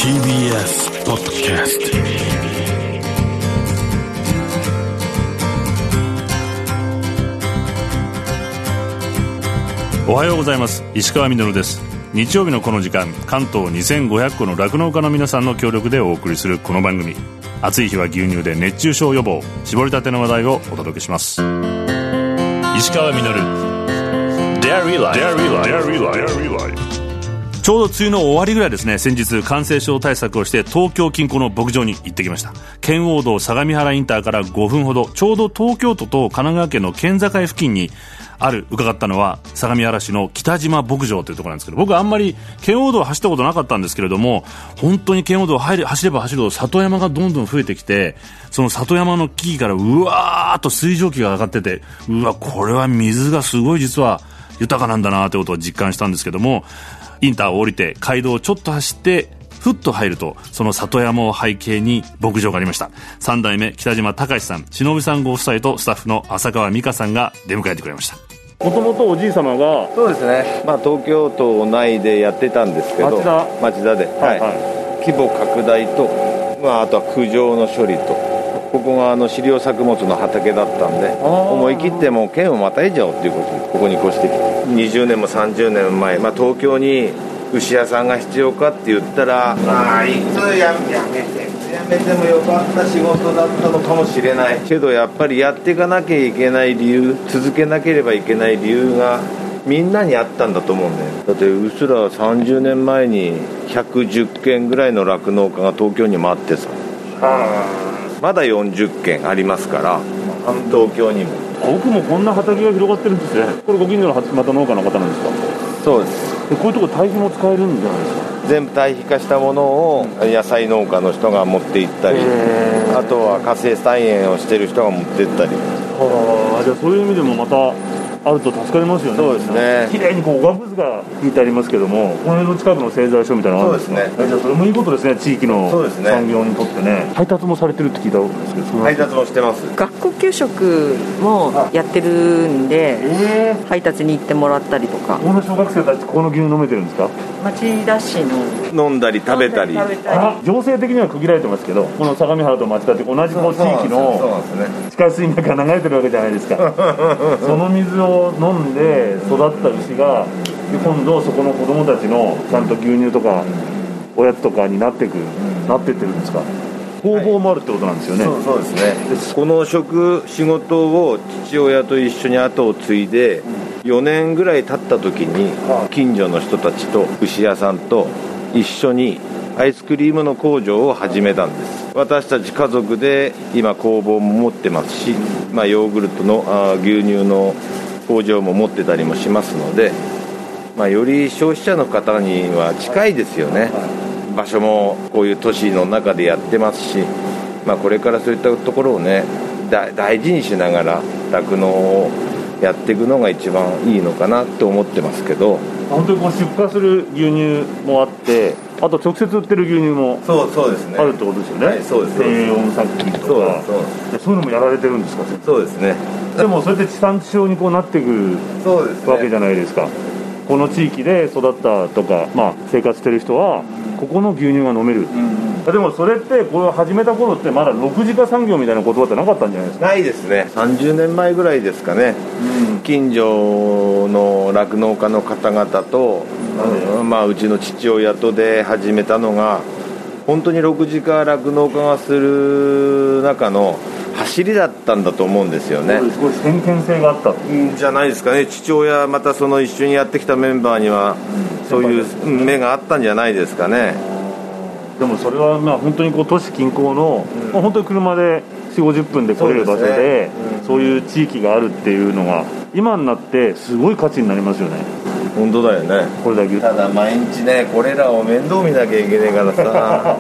TBS ポッドキャスト。おはようございます。石川稔です。日曜日のこの時間、関東2500個の酪農家の皆さんの協力でお送りするこの番組、暑い日は牛乳で熱中症予防、絞りたての話題をお届けします。石川稔 Dairy Life。ちょうど梅雨の終わりぐらいですね、先日感染症対策をして東京近郊の牧場に行ってきました。圏央道相模原インターから5分ほど、ちょうど東京都と神奈川県の県境付近に伺ったのは相模原市の北島牧場というところなんですけど、僕はあんまり圏央道を走ったことなかったんですけれども、本当に圏央道を走れば走るほど里山がどんどん増えてきて、その里山の木々からうわーっと水蒸気が上がってて、うわ、これは水がすごい実は豊かなんだなということを実感したんですけども、インターを降りて街道をちょっと走ってふっと入ると、その里山を背景に牧場がありました。3代目北島隆さん、忍さんご夫妻とスタッフの浅川美香さんが出迎えてくれました。もともとおじい様が、 そうですね、東京都内でやってたんですけど、町田で、規模拡大と、あとは苦情の処理と、ここが飼料作物の畑だったんで、思い切ってもう県をまたいじゃおうということでここに越してきて、20年も30年前、東京に牛屋さんが必要かって言ったら、いつやめてもよかった仕事だったのかもしれないけど、やっぱりやっていかなきゃいけない理由、続けなければいけない理由がみんなにあったんだと思うんだよ。だってうすら30年前に110軒ぐらいの酪農家が東京に回ってさ、まだ40軒ありますから、東京にも。 奥もこんな畑が広がってるんですね。これご近所のまた農家の方なんですか？ そうです。 こういうとこ堆肥も使えるんじゃないですか？ 全部堆肥化したものを野菜農家の人が持って行ったり、あとは家政菜園をしてる人が持って行ったり。 じゃあそういう意味でもまたあると助かりますよね。 そうですね。 綺麗におがくずが引いてありますけども、この辺の近くの製材所みたいなのがあるんですか？ そうですね。 じゃあそれもいいことですね、地域の産業にとってね。配達もされてるって聞いたんですけど。 配達もしてます。 学校給食もやってるんで、配達に行ってもらったりとか。 この小学生たちこの牛乳飲めてるんですか？ 町田市の飲んだり食べたり。 行政的には区切られてますけど、この相模原と町田って同じ地域の地下水脈が流れてるわけじゃないですか。その水を飲んで育った牛が今度そこの子供たちのちゃんと牛乳とかおやつとかになってってるんですか？工房もあるってことなんですよね。 そうですね。この仕事を父親と一緒に後を継いで4年ぐらい経った時に、近所の人たちと牛屋さんと一緒にアイスクリームの工場を始めたんです。私たち家族で今工房も持ってますし、ヨーグルトの牛乳の工場も持ってたりもしますので、より消費者の方には近いですよね。場所もこういう都市の中でやってますし、これからそういったところをね、大事にしながら酪農をやっていくのが一番いいのかなと思ってますけど。 本当に出荷する牛乳もあって、あと直接売ってる牛乳もそうですね、 あるってことですよね。 はい、そうです。 低温殺菌とか、そういうのもやられてるんですか？ そうですね。 でもそれって地産地消になっていくわけじゃないですか。この地域で育ったとか、生活してる人はここの牛乳が飲める、でもそれってこれを始めた頃ってまだ6次化産業みたいな言葉ってなかったんじゃないですか？ ないですね。30年前ぐらいですかね、近所の酪農家の方々と、うちの父親とで始めたのが、本当に6次化酪農家がする中の走りだったんだと思うんですよね。 すごい先見性があったじゃないですかね。父親、またその一緒にやってきたメンバーには、そういう目があったんじゃないですかね。 でもそれは本当に都市近郊の、本当に車で4、50分で来れる場所で、そういう地域があるっていうのが今になってすごい価値になりますよね。 本当だよね。 これだけただ毎日ね、これらを面倒見なきゃいけないからさ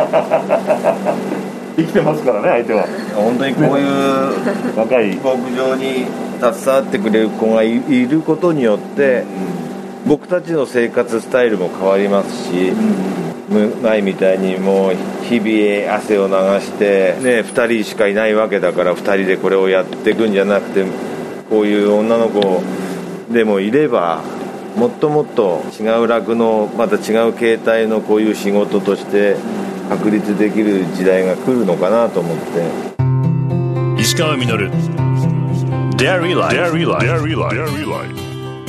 生きてますからね、相手は。 本当にこういう若い牧場に携わってくれる子がいることによって、僕たちの生活スタイルも変わりますし、前みたいにもう日々汗を流してね、2人しかいないわけだから、2人でこれをやっていくんじゃなくて、こういう女の子でもいればもっともっと違う酪農、また違う形態のこういう仕事として確立できる時代が来るのかなと思って。 石川稔 Dairy Life。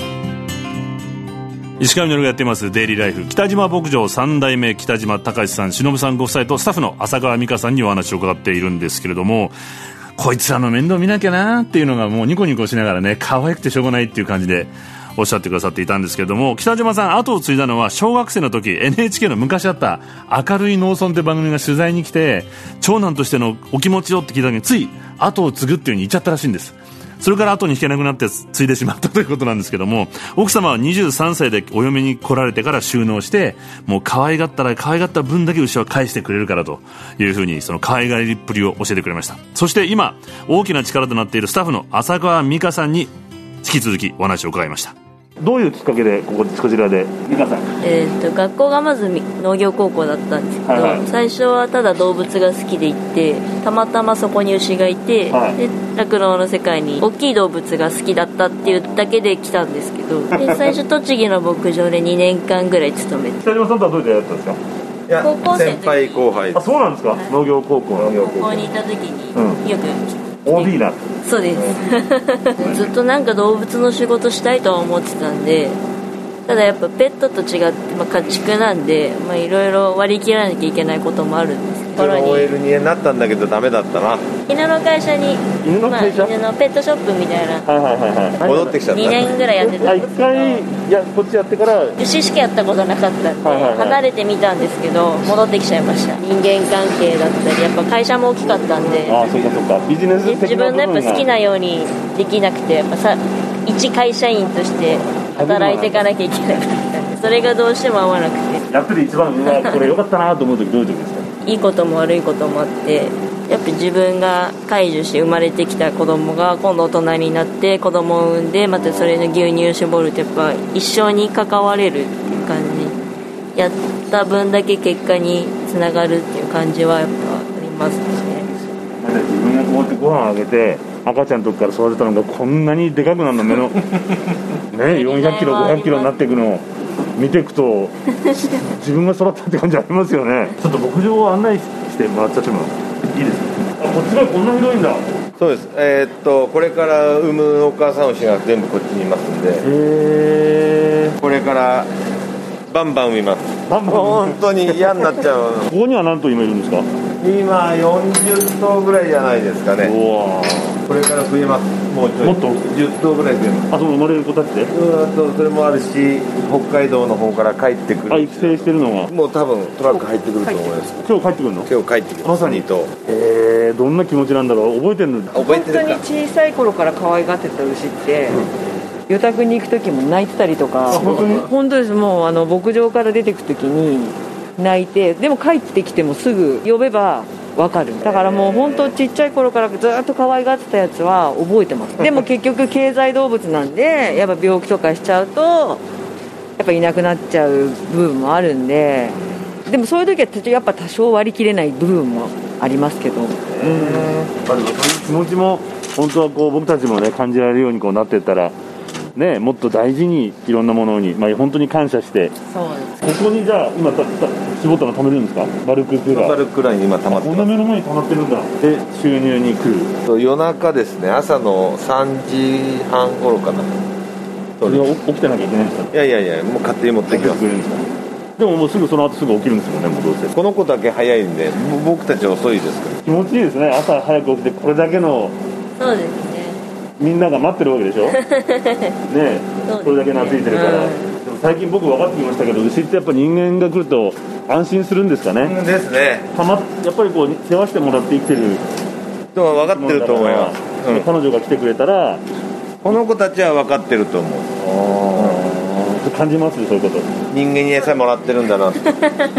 石川稔がやっていますデイリーライフ、北島牧場3代目北島隆さん、忍さんご夫妻とスタッフの浅川美香さんにお話を伺っているんですけれども、こいつらの面倒見なきゃなっていうのがもうニコニコしながらね、可愛くてしょうがないっていう感じでおっしゃってくださっていたんですけれども、北島さん後を継いだのは小学生の時 NHK の昔あった明るい農村って番組が取材に来て、長男としてのお気持ちをって聞いた時につい後を継ぐっていう風に言っちゃったらしいんです。それから後に引けなくなって継いでしまったということなんですけども、奥様は23歳でお嫁に来られてから収納して、もう可愛がった分だけ牛は返してくれるからというふうに、その可愛がりっぷりを教えてくれました。そして今大きな力となっているスタッフの浅川美香さんに引き続きお話を伺いました。どういうきっかけでこちらで美香さん、 学校がまず農業高校だったんですけど、最初はただ動物が好きで行って、たまたまそこに牛がいて、で酪農の世界に大きい動物が好きだったっていうだけで来たんですけど、で最初栃木の牧場で2年間ぐらい勤めて。 北島さんとはどういう出会いだったんですか？ いや、高校生先輩後輩。 あ、そうなんですか、農業高校高校にいた時に、よく OB だ。 そうですずっとなんか動物の仕事したいとは思ってたんで、ただやっぱペットと違って、家畜なんでいろいろ割り切らなきゃいけないこともあるんですけど、 OL になったんだけどダメだったな。 犬の会社に、 犬の会社、 犬のペットショップみたいな、 戻ってきちゃった。 2年ぐらいやってたんですけど、 1回こっちやってから牛しかやったことなかったんで、離れてみたんですけど戻ってきちゃいました。人間関係だったり、やっぱ会社も大きかったんで、 そうかビジネス的な部分が自分のやっぱ好きなようにできなくて、やっぱ一会社員として働いていかなきゃいけなかったんで、それがどうしても合わなくて、 やってて一番これ良かったなと思う時どういう時ですか？ いいことも悪いこともあって、やっぱ自分が介助して生まれてきた子供が今度大人になって子供を産んで、またそれの牛乳を絞ると、やっぱ一緒に関われるっていう感じ、やった分だけ結果につながるっていう感じはやっぱありますね。 自分がこうやってご飯あげて赤ちゃんの時から育てたのがこんなにでかくなるの、目のね400キロ500キロになっていくのを見ていくと自分が育ったって感じありますよね。ちょっと牧場を案内してもらっちゃってもいいですか？こっちがこんな広いんだ。 そうです。これから産むお母さん牛が全部こっちにいますんで、これからバンバン産みます。本当に嫌になっちゃうここには何頭今いるんですか？ 今40頭ぐらいじゃないですかね。これから増えます。もっと10頭ぐらい増えます。 あと生まれる子たちでそれもあるし、北海道の方から帰ってくる。 育成してるのがもう多分トラック入ってくると思います。 今日帰ってくるの？ 今日帰ってくる。まさにと。 どんな気持ちなんだろう。覚えてるの？ 覚えてるか。本当に小さい頃から可愛がってた牛って、与宅に行く時も泣いてたりとか。本当です。もう牧場から出てく時に泣いて、でも帰ってきてもすぐ呼べば分かる。だからもう本当ちっちゃい頃からずっと可愛がってたやつは覚えてます。でも結局経済動物なんで、やっぱ病気とかしちゃうとやっぱいなくなっちゃう部分もあるんで、でもそういう時はやっぱ多少割り切れない部分もありますけど、 そういう気持ちも本当はこう僕たちもね感じられるようにこうなっていったらね、もっと大事にいろんなものに、本当に感謝して。 そうです。 ここにじゃあ今絞ったの貯めるんですか？バルククーラー。 バルククーラーに今溜まってます。 こんな目の前に溜まってるんだ。で収入に来る。 夜中ですね、朝の3時半頃かな。 それは起きてなきゃいけないんですか？ いやもう勝手に持ってきます。 でももうすぐその後すぐ起きるんですもんね。もうどうせこの子だけ早いんで、僕たち遅いですから。 気持ちいいですね。朝早く起きてこれだけの。 そうですね。 みんなが待ってるわけでしょねえ、これだけ懐いてるから、でも最近僕分かってきましたけど、牛ってやっぱ人間が来ると安心するんですかね。 ですね。 やっぱりこう世話してもらって生きてる人は分かってると思います。 彼女が来てくれたらこの子たちは分かってると思う。 感じます。そういうこと。 人間に餌もらってるんだなって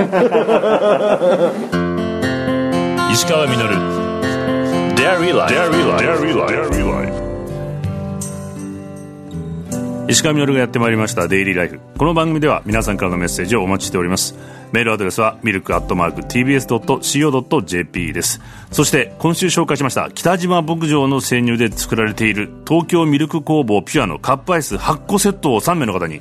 石川稔 Dairy Life。石川稔がやってまいりましたデイリーライフ。この番組では皆さんからのメッセージをお待ちしております。メールアドレスは milk@tbs.co.jp です。そして今週紹介しました北島牧場の生乳で作られている東京ミルク工房ピュアのカップアイス8個セットを3名の方に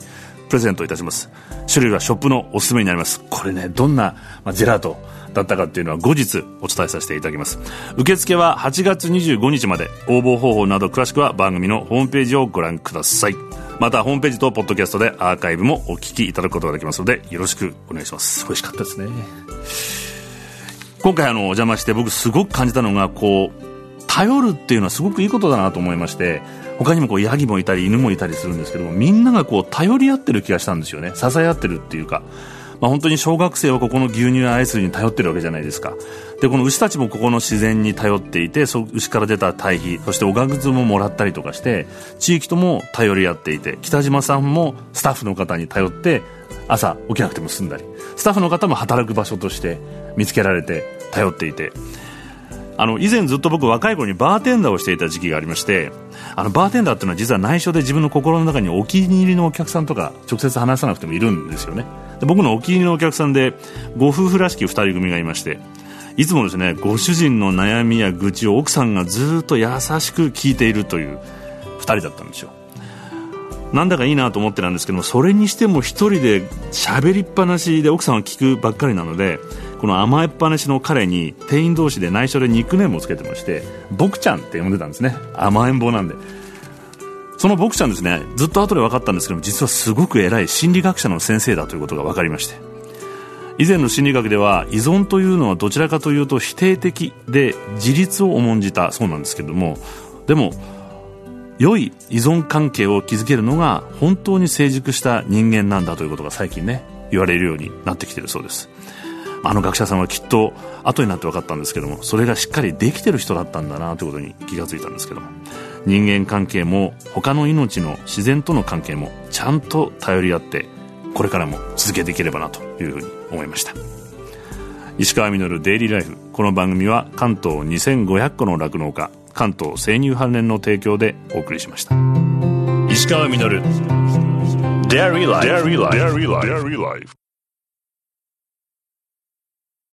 プレゼントいたします。種類はショップのおすすめになります。これね、どんなジェラートだったかっていうのは後日お伝えさせていただきます。受付は8月25日まで。応募方法など詳しくは番組のホームページをご覧ください。またホームページとポッドキャストでアーカイブもお聞きいただくことができますのでよろしくお願いします。美味しかったですね。今回お邪魔して僕すごく感じたのが、頼るっていうのはすごくいいことだなと思いまして、他にもヤギもいたり犬もいたりするんですけども、みんなが頼り合ってる気がしたんですよね。支え合ってるっていうか、本当に小学生はここの牛乳やアイスに頼ってるわけじゃないですか。でこの牛たちもここの自然に頼っていて、牛から出た堆肥、そしておがくずももらったりとかして地域とも頼り合っていて、北島さんもスタッフの方に頼って朝起きなくても済んだり、スタッフの方も働く場所として見つけられて頼っていて、以前ずっと僕若い頃にバーテンダーをしていた時期がありまして、バーテンダーっていうのは実は内緒で自分の心の中にお気に入りのお客さんとか直接話さなくてもいるんですよね。で僕のお気に入りのお客さんでご夫婦らしき2人組がいまして、いつもですねご主人の悩みや愚痴を奥さんがずっと優しく聞いているという2人だったんですよ。なんだかいいなと思ってたんですけども、それにしても一人で喋りっぱなしで奥さんは聞くばっかりなので、この甘えっぱなしの彼に店員同士で内緒でニックネームをつけてまして、僕ちゃんって呼んでたんですね。甘えん坊なんで。その僕ちゃんですね、ずっと後で分かったんですけども、実はすごく偉い心理学者の先生だということが分かりまして、以前の心理学では依存というのはどちらかというと否定的で自立を重んじたそうなんですけども、でも良い依存関係を築けるのが本当に成熟した人間なんだということが最近ね言われるようになってきているそうです。学者さんはきっと後になって分かったんですけども、それがしっかりできてる人だったんだなということに気がついたんですけども、人間関係も他の命の自然との関係もちゃんと頼り合ってこれからも続けていければなというふうに思いました。石川稔デイリーライフ。この番組は関東2500個の酪農家関東生乳関連の提供でお送りしました。石川稔デイリーライフ。